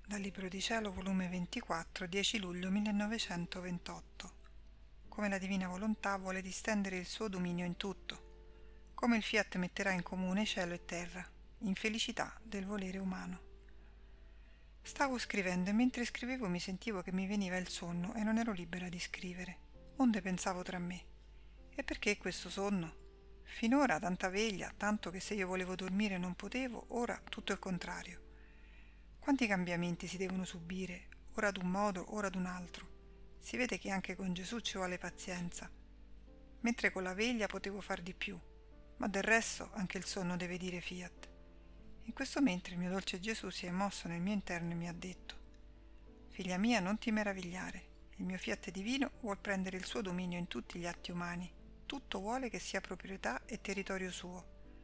Dal Libro di Cielo, volume 24, 10 luglio 1928. Come la Divina Volontà vuole distendere il suo dominio in tutto, come il Fiat metterà in comune cielo e terra, in felicità del volere umano. Stavo scrivendo e mentre scrivevo mi sentivo che mi veniva il sonno e non ero libera di scrivere, onde pensavo tra me: e perché questo sonno? Finora tanta veglia, tanto che se io volevo dormire non potevo, ora tutto il contrario. Quanti cambiamenti si devono subire, ora d'un modo, ora d'un altro. Si vede che anche con Gesù ci vuole pazienza. Mentre con la veglia potevo far di più, ma del resto anche il sonno deve dire fiat. In questo mentre il mio dolce Gesù si è mosso nel mio interno e mi ha detto: «Figlia mia, non ti meravigliare, il mio fiat divino vuol prendere il suo dominio in tutti gli atti umani, tutto vuole che sia proprietà e territorio suo.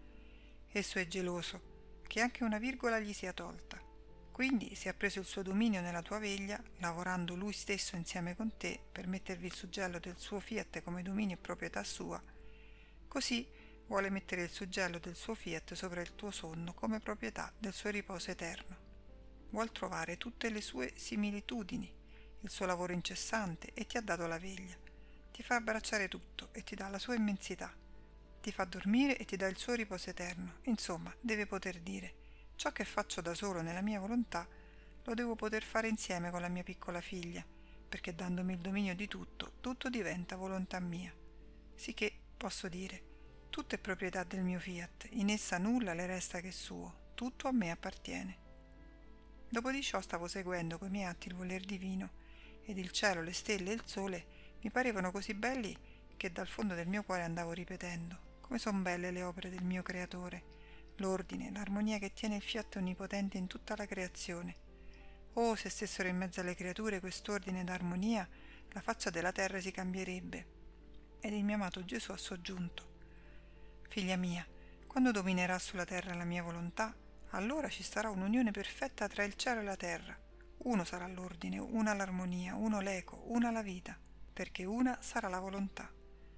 Esso è geloso, che anche una virgola gli sia tolta. Quindi se ha preso il suo dominio nella tua veglia, lavorando lui stesso insieme con te per mettervi il suggello del suo fiat come dominio e proprietà sua, così vuole mettere il suggello del suo fiat sopra il tuo sonno come proprietà del suo riposo eterno. Vuol trovare tutte le sue similitudini, il suo lavoro incessante, e ti ha dato la veglia. Ti fa abbracciare tutto e ti dà la sua immensità. Ti fa dormire e ti dà il suo riposo eterno. Insomma, deve poter dire: ciò che faccio da solo nella mia volontà lo devo poter fare insieme con la mia piccola figlia, perché dandomi il dominio di tutto, tutto diventa volontà mia. Sicché posso dire: tutto è proprietà del mio fiat, in essa nulla le resta che suo, tutto a me appartiene. Dopo di ciò stavo seguendo coi miei atti il voler divino, ed il cielo, le stelle e il sole mi parevano così belli che dal fondo del mio cuore andavo ripetendo: come son belle le opere del mio creatore, l'ordine, l'armonia che tiene il fiat onnipotente in tutta la creazione. Oh, se stessero in mezzo alle creature quest'ordine ed armonia, la faccia della terra si cambierebbe. Ed il mio amato Gesù ha soggiunto: figlia mia, quando dominerà sulla terra la mia volontà, allora ci sarà un'unione perfetta tra il cielo e la terra. Uno sarà l'ordine, una l'armonia, uno l'eco, una la vita, perché una sarà la volontà.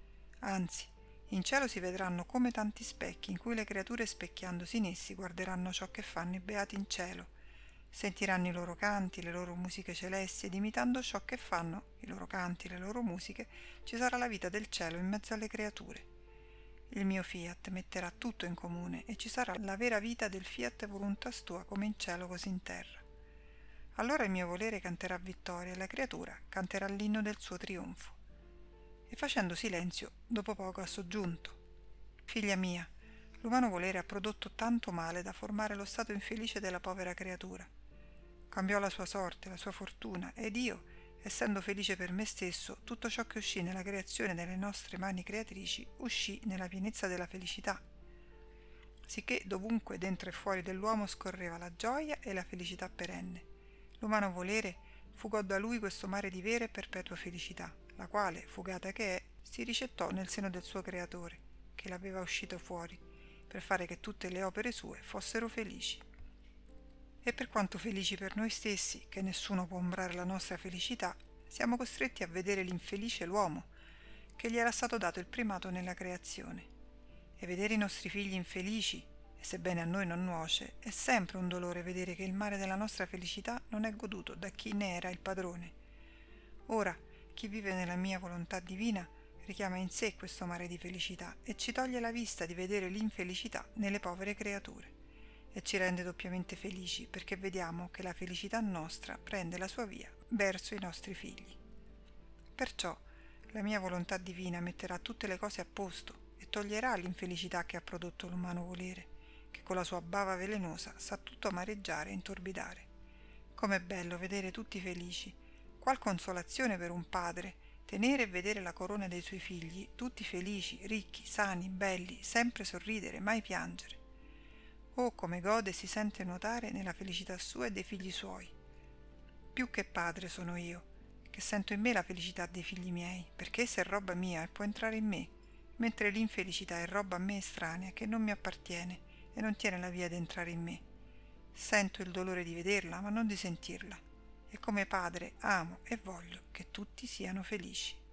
Anzi, in cielo si vedranno come tanti specchi in cui le creature specchiandosi in essi guarderanno ciò che fanno i beati in cielo, sentiranno i loro canti, le loro musiche celesti, ed imitando ciò che fanno i loro canti, le loro musiche, ci sarà la vita del cielo in mezzo alle creature. Il mio fiat metterà tutto in comune e ci sarà la vera vita del fiat voluntas tua come in cielo così in terra. Allora il mio volere canterà vittoria e la creatura canterà l'inno del suo trionfo. E facendo silenzio, dopo poco ha soggiunto: figlia mia, l'umano volere ha prodotto tanto male da formare lo stato infelice della povera creatura. Cambiò la sua sorte, la sua fortuna, ed io, essendo felice per me stesso, tutto ciò che uscì nella creazione delle nostre mani creatrici uscì nella pienezza della felicità, sicché dovunque dentro e fuori dell'uomo scorreva la gioia e la felicità perenne. L'umano volere fugò da lui questo mare di vera e perpetua felicità, la quale, fugata che è, si ricettò nel seno del suo creatore, che l'aveva uscito fuori, per fare che tutte le opere sue fossero felici. E per quanto felici per noi stessi, che nessuno può ombrare la nostra felicità, siamo costretti a vedere l'infelice l'uomo, che gli era stato dato il primato nella creazione. E vedere i nostri figli infelici, e sebbene a noi non nuoce, è sempre un dolore vedere che il mare della nostra felicità non è goduto da chi ne era il padrone. Ora, chi vive nella mia volontà divina richiama in sé questo mare di felicità e ci toglie la vista di vedere l'infelicità nelle povere creature. E ci rende doppiamente felici, perché vediamo che la felicità nostra prende la sua via verso i nostri figli. Perciò la mia volontà divina metterà tutte le cose a posto e toglierà l'infelicità che ha prodotto l'umano volere, che con la sua bava velenosa sa tutto amareggiare e intorbidare. Com'è bello vedere tutti felici! Qual consolazione per un padre tenere e vedere la corona dei suoi figli tutti felici, ricchi, sani, belli, sempre sorridere, mai piangere. Oh, come gode e si sente nuotare nella felicità sua e dei figli suoi. Più che padre sono io, che sento in me la felicità dei figli miei, perché essa è roba mia e può entrare in me, mentre l'infelicità è roba a me estranea che non mi appartiene e non tiene la via d'entrare in me. Sento il dolore di vederla, ma non di sentirla, e come padre amo e voglio che tutti siano felici.